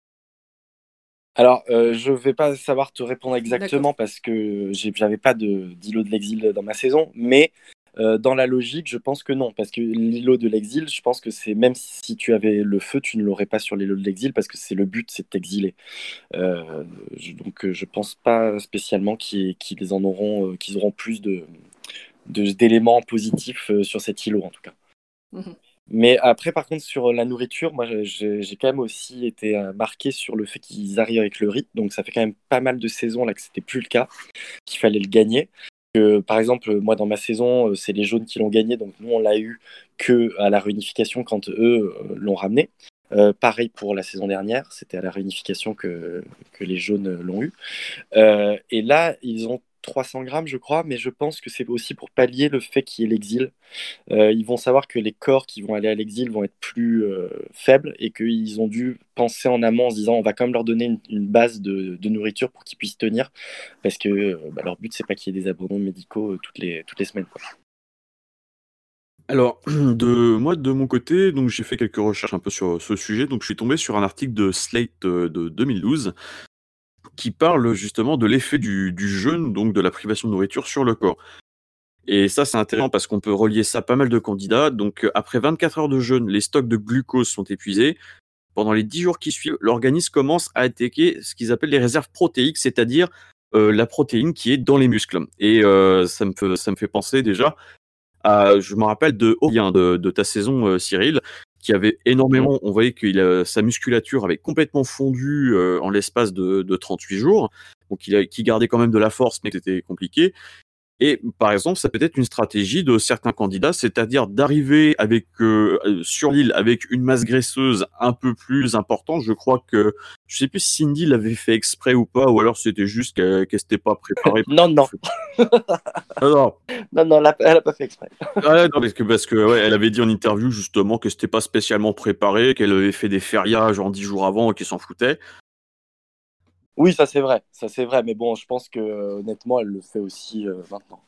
Alors, euh, je vais pas savoir te répondre D'accord. exactement parce que j'ai- j'avais pas de d'îlot de l'exil dans ma saison, mais euh, dans la logique, je pense que non, parce que l'îlot de l'exil, je pense que c'est même si tu avais le feu, tu ne l'aurais pas sur l'îlot de l'exil parce que c'est le but, c'est de t'exiler. Euh, je- donc, euh, je pense pas spécialement qu'ils qu'ils en auront, euh, qu'ils auront plus de de- d'éléments positifs euh, sur cet îlot en tout cas. Mhm. Mais après, par contre, sur la nourriture, moi, j'ai j'ai quand même aussi été euh, marqué sur le fait qu'ils arrivent avec le riz. Donc, ça fait quand même pas mal de saisons là que c'était plus le cas, qu'il fallait le gagner. Que, par exemple, moi, dans ma saison, euh, c'est les jaunes qui l'ont gagné. Donc, nous, on l'a eu que à la réunification quand eux euh, l'ont ramené. Euh, pareil pour la saison dernière, c'était à la réunification que, que les jaunes l'ont eu. Euh, et là, ils ont trois cents grammes, je crois, mais je pense que c'est aussi pour pallier le fait qu'il y ait l'exil. Euh, ils vont savoir que les corps qui vont aller à l'exil vont être plus euh, faibles et qu'ils ont dû penser en amont en se disant on va quand même leur donner une, une base de, de nourriture pour qu'ils puissent tenir parce que euh, bah, leur but c'est pas qu'il y ait des abandons médicaux euh, toutes les, toutes les semaines. Quoi. Alors, de moi, de mon côté, donc j'ai fait quelques recherches un peu sur ce sujet. Donc, je suis tombé sur un article de Slate euh, de deux mille douze qui parle justement de l'effet du, du jeûne, donc de la privation de nourriture sur le corps. Et ça, c'est intéressant parce qu'on peut relier ça à pas mal de candidats. Donc, euh, après vingt-quatre heures de jeûne, les stocks de glucose sont épuisés. pendant les dix jours qui suivent, l'organisme commence à attaquer ce qu'ils appellent les réserves protéiques, c'est-à-dire euh, la protéine qui est dans les muscles. Et euh, ça me fait, ça me fait penser déjà à, je me rappelle de Aurélien, de, de ta saison, euh, Cyril, qui avait énormément, on voyait que il a, sa musculature avait complètement fondu euh, en l'espace de, de trente-huit jours, donc il, a, qui gardait quand même de la force, mais c'était compliqué. Et par exemple, ça peut être une stratégie de certains candidats, c'est-à-dire d'arriver avec euh, sur l'île avec une masse graisseuse un peu plus importante. Je crois que je sais plus si Cindy l'avait fait exprès ou pas, ou alors c'était juste qu'elle, qu'elle s'était pas préparée. Non, non. non, non. Non, non, elle a, elle a pas fait exprès. Ouais, non, parce que, parce que ouais, elle avait dit en interview justement que c'était pas spécialement préparé, qu'elle avait fait des fériages en dix jours avant et qu'elle s'en foutait. Oui, ça c'est vrai, ça c'est vrai, mais bon, je pense que euh, honnêtement, elle le fait aussi euh, maintenant.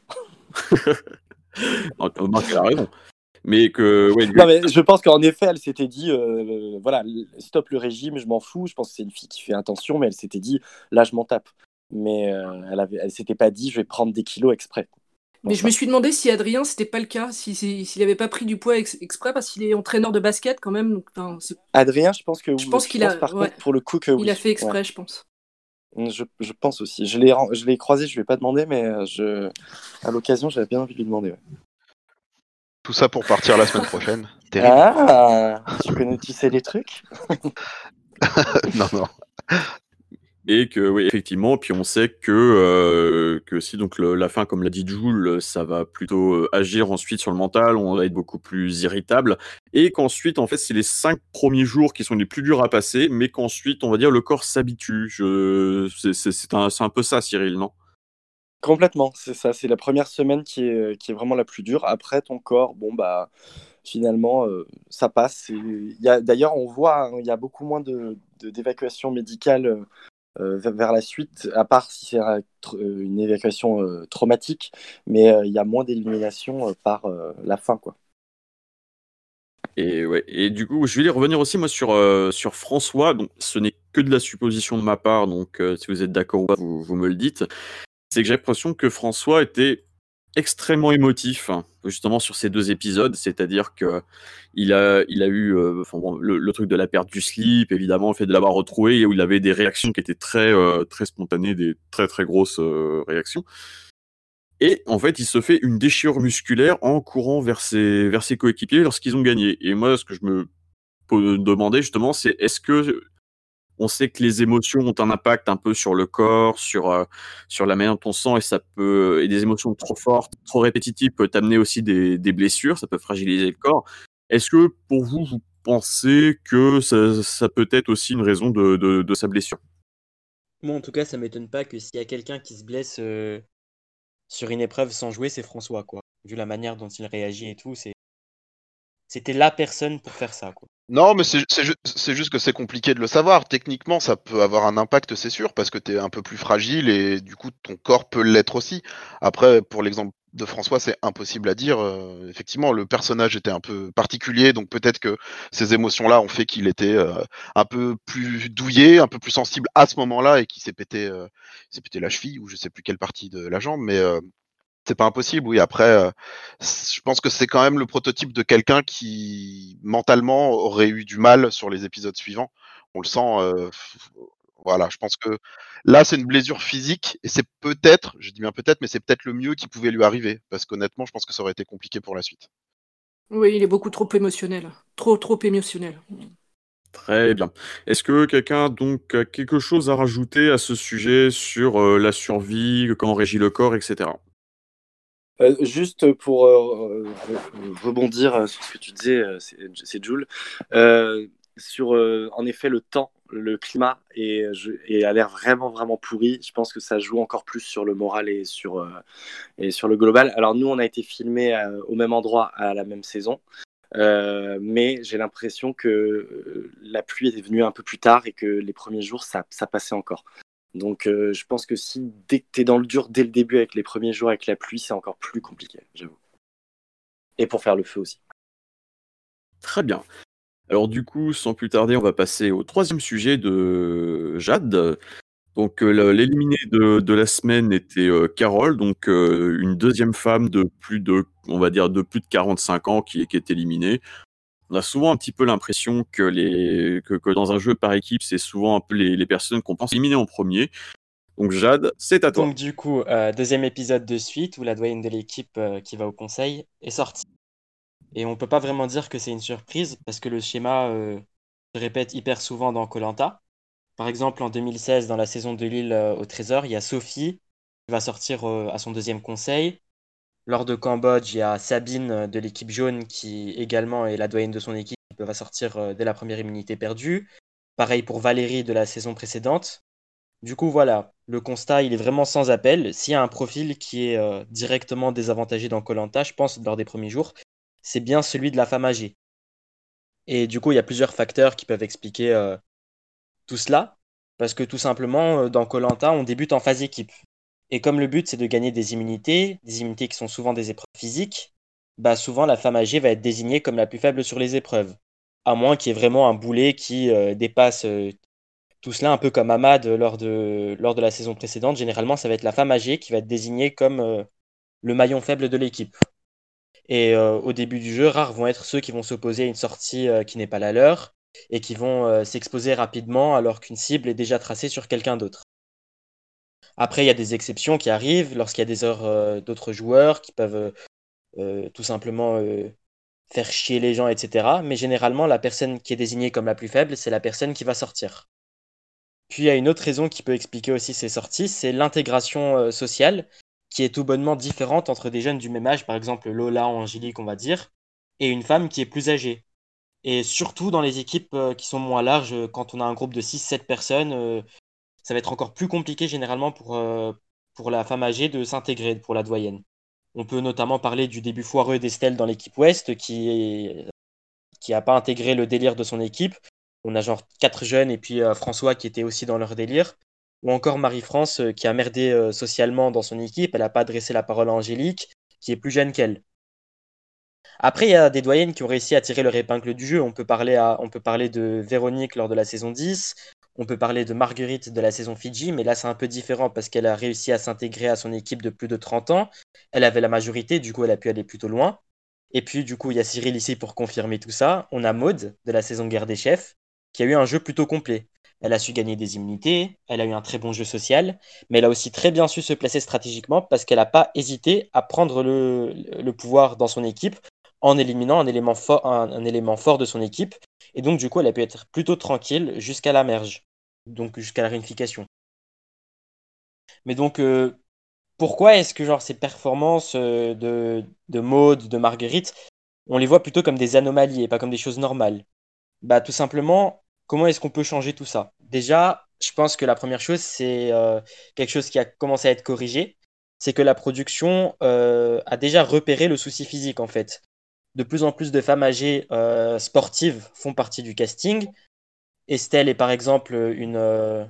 Marc, elle a raison. Mais que, ouais, lui... Non, mais je pense qu'en effet, elle s'était dit, euh, voilà, stop le régime, je m'en fous. Je pense que c'est une fille qui fait attention, mais elle s'était dit, là, je m'en tape. Mais euh, elle avait, elle s'était pas dit, je vais prendre des kilos exprès. Mais je me suis demandé si Adrien, c'était pas le cas, si, si, s'il avait pas pris du poids ex- exprès, parce qu'il est entraîneur de basket quand même. Donc, enfin, c'est- Adrien, je pense que Je oui. pense Je qu'il pense, a- par ouais. contre, pour le coup, que oui. il a fait exprès, Ouais. je pense. Je, je pense aussi. Je l'ai, je l'ai croisé, je lui ai pas demandé, mais euh, je, à l'occasion, j'avais bien envie de lui demander. Ouais. Tout ça pour partir la semaine prochaine. Terrible. Ah, tu connais, tu sais les trucs. non, non. Et que, oui, effectivement, puis on sait que, euh, que si donc le, la fin, comme l'a dit Jules, ça va plutôt euh, agir ensuite sur le mental, on va être beaucoup plus irritable, et qu'ensuite, en fait, c'est les cinq premiers jours qui sont les plus durs à passer, mais qu'ensuite, on va dire, le corps s'habitue. Je... C'est, c'est, c'est, un, c'est un peu ça, Cyril, non ? Complètement, c'est ça. C'est la première semaine qui est, qui est vraiment la plus dure. Après, ton corps, bon, bah, finalement, euh, ça passe. Et il y a, d'ailleurs, on voit, hein, il y a beaucoup moins de, de, d'évacuation médicale euh, vers, vers la suite, à part si c'est euh, tr- euh, une évacuation euh, traumatique, mais euh, il y a moins d'élimination euh, par euh, la fin, quoi. Et, ouais, et du coup, je vais y revenir aussi moi sur, euh, sur François. Donc, ce n'est que de la supposition de ma part, donc euh, si vous êtes d'accord ou pas, vous, vous me le dites. C'est que j'ai l'impression que François était extrêmement émotif, hein, justement sur ces deux épisodes, c'est-à-dire que il a, il a eu euh, enfin, bon, le, le truc de la perte du slip, évidemment, le fait de l'avoir retrouvé, où il avait des réactions qui étaient très, euh, très spontanées, des très très grosses euh, réactions. Et en fait, il se fait une déchirure musculaire en courant vers ses, vers ses coéquipiers lorsqu'ils ont gagné. Et moi, ce que je me peux demander justement, c'est est-ce que on sait que les émotions ont un impact un peu sur le corps, sur, euh, sur la manière dont on sent, et ça peut, et des émotions trop fortes, trop répétitives peuvent amener aussi des, des blessures, ça peut fragiliser le corps. Est-ce que pour vous, vous pensez que ça, ça peut être aussi une raison de, de, de sa blessure ? Moi, en tout cas, ça m'étonne pas que s'il y a quelqu'un qui se blesse euh, sur une épreuve sans jouer, c'est François, quoi. Vu la manière dont il réagit et tout, c'est... c'était la personne pour faire ça, quoi. Non, mais c'est, c'est, ju- c'est juste que c'est compliqué de le savoir. Techniquement, ça peut avoir un impact, c'est sûr, parce que t'es un peu plus fragile et du coup, ton corps peut l'être aussi. Après, pour l'exemple de François, c'est impossible à dire. Euh, effectivement, le personnage était un peu particulier, donc peut-être que ces émotions-là ont fait qu'il était euh, un peu plus douillé, un peu plus sensible à ce moment-là et qu'il s'est pété, euh, il s'est pété la cheville ou je sais plus quelle partie de la jambe, mais euh, c'est pas impossible, oui. Après, euh, je pense que c'est quand même le prototype de quelqu'un qui, mentalement, aurait eu du mal sur les épisodes suivants. On le sent. Euh, voilà, je pense que là, c'est une blessure physique et c'est peut-être, je dis bien peut-être, mais c'est peut-être le mieux qui pouvait lui arriver. Parce qu'honnêtement, je pense que ça aurait été compliqué pour la suite. Oui, il est beaucoup trop émotionnel. Trop, trop émotionnel. Très bien. Est-ce que quelqu'un donc a quelque chose à rajouter à ce sujet sur euh, la survie, comment on régit le corps, et cetera. Euh, juste pour euh, euh, rebondir sur ce que tu disais, euh, c'est, c'est Jules, euh, sur euh, en effet le temps, le climat et, je, et a l'air vraiment vraiment pourri. Je pense que ça joue encore plus sur le moral et sur, euh, et sur le global. Alors nous, on a été filmés euh, au même endroit à la même saison. Euh, mais j'ai l'impression que euh, la pluie est venue un peu plus tard et que les premiers jours, ça, ça passait encore. Donc euh, je pense que si dès que tu es dans le dur dès le début avec les premiers jours avec la pluie, c'est encore plus compliqué, j'avoue. Et pour faire le feu aussi. Très bien. Alors du coup, sans plus tarder, on va passer au troisième sujet de Jade. Donc euh, le- l'éliminée de, de la semaine était euh, Carole, donc euh, une deuxième femme de plus de, on va dire, de plus de quarante-cinq ans qui, qui est éliminée. on a souvent un petit peu l'impression que, les, que, que dans un jeu par équipe, c'est souvent un peu les, les personnes qu'on pense éliminer en premier. Donc Jade, c'est à toi. Donc du coup, euh, deuxième épisode de suite où la doyenne de l'équipe euh, qui va au conseil est sortie. Et on peut pas vraiment dire que c'est une surprise parce que le schéma euh, se répète hyper souvent dans koh Lanta. Par exemple, en deux mille seize, dans la saison de l'île euh, au trésor, il y a Sophie qui va sortir euh, à son deuxième conseil. Lors de Cambodge, il y a Sabine euh, de l'équipe jaune qui également est la doyenne de son équipe qui va sortir euh, dès la première immunité perdue. Pareil pour Valérie de la saison précédente. Du coup, voilà, le constat, il est vraiment sans appel. S'il y a un profil qui est euh, directement désavantagé dans koh Lanta, je pense, lors des premiers jours, c'est bien celui de la femme âgée. Et du coup, il y a plusieurs facteurs qui peuvent expliquer euh, tout cela. Parce que tout simplement, euh, dans koh Lanta, on débute en phase équipe. Et comme le but, c'est de gagner des immunités, des immunités qui sont souvent des épreuves physiques, bah souvent la femme âgée va être désignée comme la plus faible sur les épreuves. À moins qu'il y ait vraiment un boulet qui euh, dépasse euh, tout cela, un peu comme Ahmad euh, lors de, lors de la saison précédente. Généralement, ça va être la femme âgée qui va être désignée comme euh, le maillon faible de l'équipe. Et euh, au début du jeu, rares vont être ceux qui vont s'opposer à une sortie euh, qui n'est pas la leur et qui vont euh, s'exposer rapidement alors qu'une cible est déjà tracée sur quelqu'un d'autre. Après, il y a des exceptions qui arrivent lorsqu'il y a des heures euh, d'autres joueurs qui peuvent euh, euh, tout simplement euh, faire chier les gens, et cetera. Mais généralement, la personne qui est désignée comme la plus faible, c'est la personne qui va sortir. Puis il y a une autre raison qui peut expliquer aussi ces sorties, c'est l'intégration euh, sociale, qui est tout bonnement différente entre des jeunes du même âge, par exemple Lola ou Angélique, on va dire, et une femme qui est plus âgée. Et surtout dans les équipes euh, qui sont moins larges, euh, quand on a un groupe de six sept personnes, euh, ça va être encore plus compliqué généralement pour, euh, pour la femme âgée de s'intégrer pour la doyenne. On peut notamment parler du début foireux d'Estelle dans l'équipe Ouest qui qui n'a pas intégré le délire de son équipe. On a genre quatre jeunes et puis euh, François qui était aussi dans leur délire. Ou encore Marie-France euh, qui a merdé euh, socialement dans son équipe. Elle n'a pas adressé la parole à Angélique, qui est plus jeune qu'elle. Après, il y a des doyennes qui ont réussi à tirer leur épingle du jeu. On peut parler, à, on peut parler de Véronique lors de la saison dix. On peut parler de Marguerite de la saison Fidji, mais là c'est un peu différent parce qu'elle a réussi à s'intégrer à son équipe de plus de trente ans. Elle avait la majorité, du coup elle a pu aller plutôt loin. Et puis du coup il y a Cyril ici pour confirmer tout ça. On a Maud de la saison Guerre des Chefs qui a eu un jeu plutôt complet. Elle a su gagner des immunités, elle a eu un très bon jeu social, mais elle a aussi très bien su se placer stratégiquement parce qu'elle n'a pas hésité à prendre le, le pouvoir dans son équipe en éliminant un élément, fort, un, un élément fort de son équipe. Et donc, du coup, elle a pu être plutôt tranquille jusqu'à la merge, donc jusqu'à la réunification. Mais donc, euh, pourquoi est-ce que genre, ces performances euh, de, de Maud, de Marguerite, on les voit plutôt comme des anomalies et pas comme des choses normales? Bah, tout simplement, comment est-ce qu'on peut changer tout ça? Déjà, je pense que la première chose, c'est euh, quelque chose qui a commencé à être corrigé, c'est que la production euh, a déjà repéré le souci physique, en fait. De plus en plus de femmes âgées euh, sportives font partie du casting. Estelle est par exemple une, euh,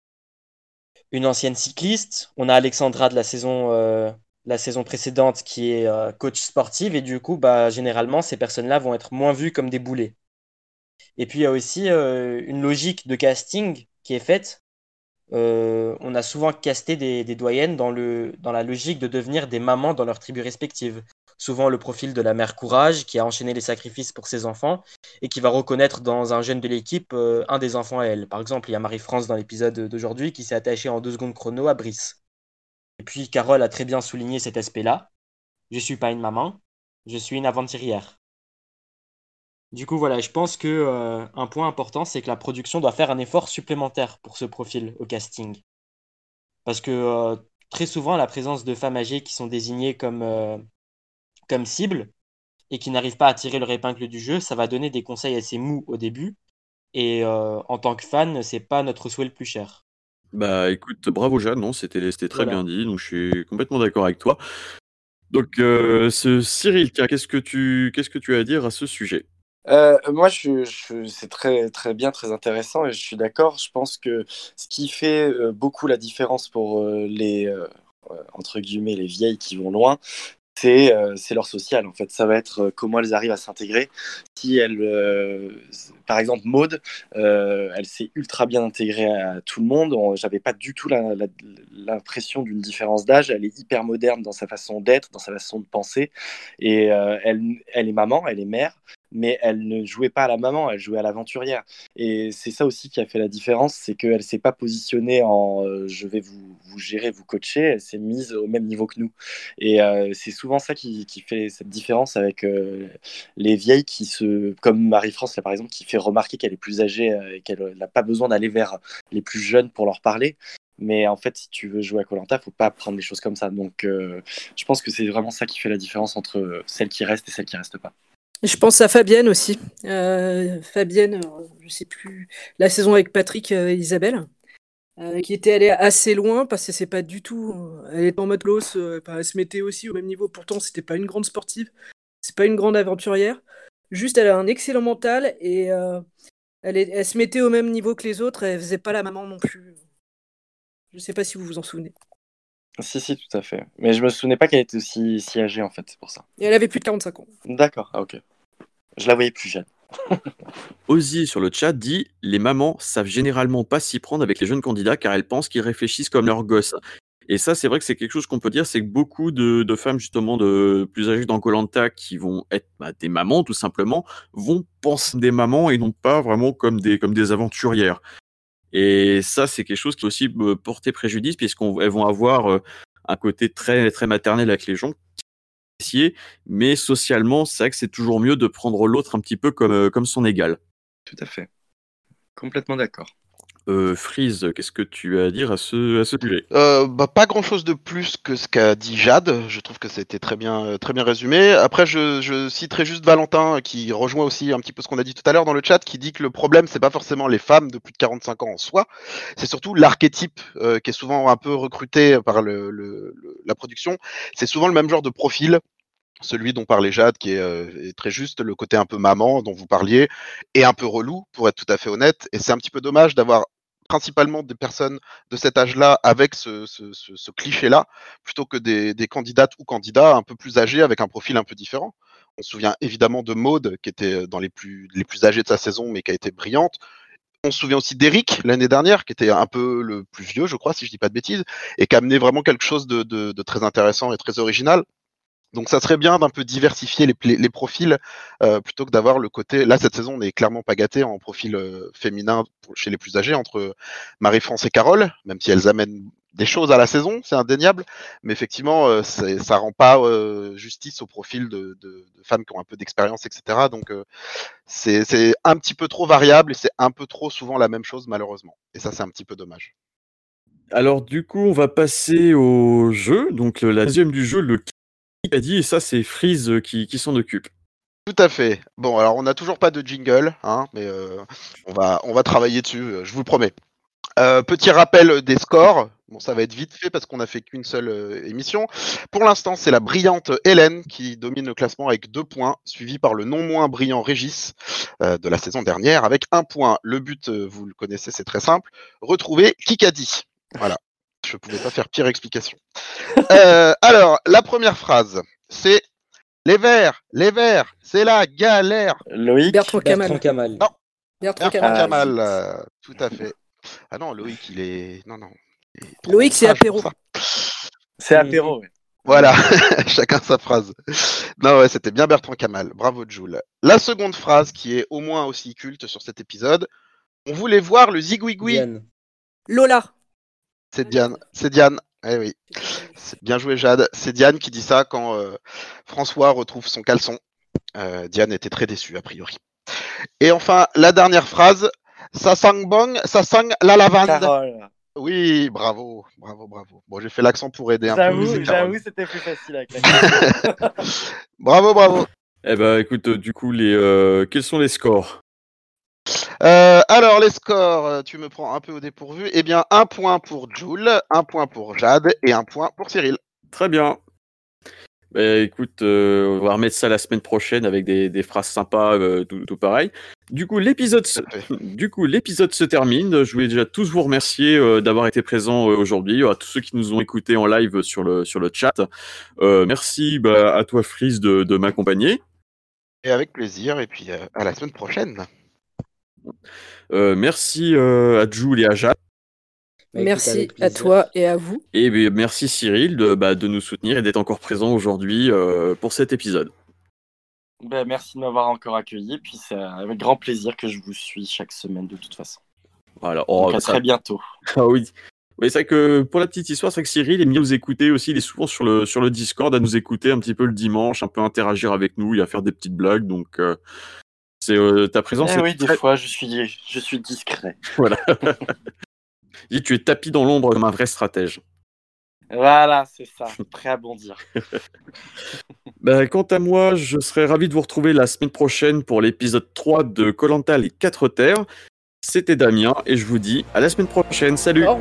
une ancienne cycliste. On a Alexandra de la saison, euh, la saison précédente qui est euh, coach sportive. Et du coup, bah, généralement, ces personnes-là vont être moins vues comme des boulets. Et puis, il y a aussi euh, une logique de casting qui est faite. Euh, on a souvent casté des, des doyennes dans, le, dans la logique de devenir des mamans dans leurs tribus respectives. Souvent le profil de la mère courage qui a enchaîné les sacrifices pour ses enfants et qui va reconnaître dans un jeune de l'équipe euh, un des enfants à elle. Par exemple, il y a Marie-France dans l'épisode d'aujourd'hui qui s'est attachée en deux secondes chrono à Brice. Et puis Carole a très bien souligné cet aspect-là. Je suis pas une maman, je suis une aventurière. Du coup, voilà, je pense que euh, un point important, c'est que la production doit faire un effort supplémentaire pour ce profil au casting. Parce que euh, très souvent, la présence de femmes âgées qui sont désignées comme, euh, comme cible et qui n'arrivent pas à tirer leur épingle du jeu, ça va donner des conseils assez mous au début. Et euh, en tant que fan, c'est pas notre souhait le plus cher. Bah écoute, bravo Jeanne, non, c'était c'était très Voilà. bien dit, donc je suis complètement d'accord avec toi. Donc euh, ce Cyril, tiens, qu'est-ce que tu qu'est-ce que tu as à dire à ce sujet? Euh, moi, je, je- c'est très, très bien, très intéressant et je suis d'accord. Je pense que ce qui fait euh, beaucoup la différence pour euh, les, euh, euh, entre guillemets, les vieilles qui vont loin, c'est euh, c'est leur social. En fait, ça va être euh, comment elles arrivent à s'intégrer. Si elles, euh, par exemple, Maud, euh, elle s'est ultra bien intégrée à tout le monde. On- J'avais pas du tout la- la- l'impression d'une différence d'âge. Elle est hyper moderne dans sa façon d'être, dans sa façon de penser. Et euh, elle, elle est maman, elle est mère. mais elle ne jouait pas à la maman, elle jouait à l'aventurière. Et c'est ça aussi qui a fait la différence, c'est qu'elle ne s'est pas positionnée en euh, je vais vous, vous gérer, vous coacher, elle s'est mise au même niveau que nous. Et euh, c'est souvent ça qui, qui fait cette différence avec euh, les vieilles qui se, comme Marie-France là par exemple, qui fait remarquer qu'elle est plus âgée euh, et qu'elle n'a pas besoin d'aller vers les plus jeunes pour leur parler. Mais en fait, si tu veux jouer à Koh-Lanta, faut pas prendre des choses comme ça. Donc, euh, je pense que c'est vraiment ça qui fait la différence entre celles qui restent et celles qui restent pas. Je pense à Fabienne aussi. Euh, Fabienne, euh, je sais plus, la saison avec Patrick et Isabelle, euh, qui était allée assez loin parce que c'est pas du tout. euh, Elle était en mode loss, euh, enfin, elle se mettait aussi au même niveau. Pourtant, c'était pas une grande sportive, c'est pas une grande aventurière. Juste, elle a un excellent mental et euh, elle, est- elle se mettait au même niveau que les autres. Elle faisait pas la maman non plus. Je sais pas si vous vous en souvenez. Si, si, tout à fait. Mais je me souvenais pas qu'elle était aussi si âgée, en fait, c'est pour ça. Et elle avait plus de quarante-cinq ans. D'accord, ah, ok. Je la voyais plus jeune. Ozzy sur le chat dit les mamans savent généralement pas s'y prendre avec les jeunes candidats car elles pensent qu'ils réfléchissent comme leurs gosses. Et ça, c'est vrai que c'est quelque chose qu'on peut dire, c'est que beaucoup de, de femmes justement de plus âgées dans Koh-Lanta qui vont être bah, des mamans tout simplement vont penser des mamans et non pas vraiment comme des comme des aventurières. Et ça, c'est quelque chose qui aussi peut porter préjudice puisqu'elles vont avoir euh, un côté très très maternel avec les gens. Mais socialement, c'est vrai que c'est toujours mieux de prendre l'autre un petit peu comme, euh, comme son égal. Tout à fait. Complètement d'accord. Euh, Freeze, qu'est-ce que tu as à dire à ce, à ce sujet? Euh, bah, pas grand chose de plus que ce qu'a dit Jade. Je trouve que c'était très bien, euh, très bien résumé. Après, je, je citerai juste Valentin euh, qui rejoint aussi un petit peu ce qu'on a dit tout à l'heure dans le chat, qui dit que le problème c'est pas forcément les femmes de plus de quarante-cinq ans en soi, c'est surtout l'archétype euh, qui est souvent un peu recruté par le, le- le- la production. C'est souvent le même genre de profil. Celui dont parlait Jade, qui est, euh, est très juste, le côté un peu maman dont vous parliez, et un peu relou, pour être tout à fait honnête. Et c'est un petit peu dommage d'avoir principalement des personnes de cet âge-là avec ce, ce, ce, ce cliché-là, plutôt que des, des candidates ou candidats un peu plus âgés avec un profil un peu différent. On se souvient évidemment de Maude, qui était dans les plus, les plus âgés de sa saison, mais qui a été brillante. On se souvient aussi d'Eric l'année dernière, qui était un peu le plus vieux, je crois, si je dis pas de bêtises, et qui a amené vraiment quelque chose de, de, de très intéressant et très original. Donc ça serait bien d'un peu diversifier les, les, les profils euh, plutôt que d'avoir le côté. Là cette saison on n'est clairement pas gâté en profil euh, féminin pour, chez les plus âgés entre Marie-France et Carole, même si elles amènent des choses à la saison, c'est indéniable. Mais effectivement euh, ça rend pas euh, justice au profil de, de, de femmes qui ont un peu d'expérience, et cetera. Donc euh, c'est, c'est un petit peu trop variable et c'est un peu trop souvent la même chose malheureusement. Et ça c'est un petit peu dommage. Alors du coup, on va passer au jeu. Donc la deuxième du jeu, le qui a dit, et ça c'est Freeze qui, qui s'en occupe. Tout à fait. Bon, alors on n'a toujours pas de jingle, hein, mais euh, on va on va travailler dessus, je vous le promets. Euh, petit rappel des scores. Bon, ça va être vite fait parce qu'on a fait qu'une seule euh, émission. Pour l'instant, c'est la brillante Hélène qui domine le classement avec deux points, suivi par le non moins brillant Régis euh, de la saison dernière avec un point. Le but, euh, vous le connaissez, c'est très simple. Retrouver Kikadi. Voilà. Je ne pouvais pas faire pire explication. Euh, alors, la première phrase, c'est les verts, les verts, c'est la galère. Loïc. Bertrand Kamal. Bertrand Kamal. Non. Bertrand Bertrand Kamal. Ah, Kamal, zut. euh, tout à fait. Ah non, Loïc, il est. Non, non. il est trop Loïc, c'est sage pour apéro. ça. C'est Mhm. apéro, ouais. Voilà, chacun sa phrase. Non, ouais, c'était bien Bertrand Kamal. Bravo, Jules. La seconde phrase, qui est au moins aussi culte sur cet épisode, on voulait voir le zigouigoui. Diane. Lola. C'est Diane. C'est Diane. Eh oui. C'est bien joué, Jade. C'est Diane qui dit ça quand euh, François retrouve son caleçon. Euh, Diane était très déçue, a priori. Et enfin, la dernière phrase, ça sent bon, ça sent la lavande. Carole. Oui, bravo, bravo, bravo. Bon, j'ai fait l'accent pour aider un peu. mais J'avoue, c'est Carole. j'avoue, c'était plus facile avec la Bravo, bravo. Eh ben écoute, euh, du coup, les, euh, quels sont les scores? Euh, alors, les scores, euh, tu me prends un peu au dépourvu. Eh bien, un point pour Jules, un point pour Jade et un point pour Cyril. Très bien. Bah, écoute, euh, on va remettre ça la semaine prochaine avec des, des phrases sympas, euh, tout, tout pareil. Du coup, l'épisode se... du coup, l'épisode se termine. Je voulais déjà tous vous remercier euh, d'avoir été présents euh, aujourd'hui, à tous ceux qui nous ont écoutés en live sur le, sur le chat. Euh, merci bah, à toi, Freeze, de, de m'accompagner. Et avec plaisir, et puis euh, à la semaine prochaine. Euh, merci euh, à Jules et à Jade. Bah, écoute, Merci avec à plaisir. toi et à vous. Et bah, merci Cyril de, bah, de nous soutenir et d'être encore présent aujourd'hui euh, pour cet épisode. Ben, merci de m'avoir encore accueilli. Puis c'est avec grand plaisir que je vous suis chaque semaine de toute façon. Voilà. Oh, Donc à ça- très bientôt. Ah oui. Oui, c'est vrai que pour la petite histoire, c'est vrai que Cyril est mis à nous écouter aussi. Il est souvent sur le, sur le Discord à nous écouter un petit peu le dimanche, un peu interagir avec nous et à faire des petites blagues. Donc, euh, c'est euh, ta présence. Eh est oui, des très- fois je suis, je suis discret. Voilà. Et tu es tapis dans l'ombre comme un vrai stratège. Voilà, c'est ça. Prêt à bondir. Ben, quant à moi, je serais ravi de vous retrouver la semaine prochaine pour l'épisode trois de koh-lanta les quatre terres. C'était Damien et je vous dis à la semaine prochaine. Salut! Au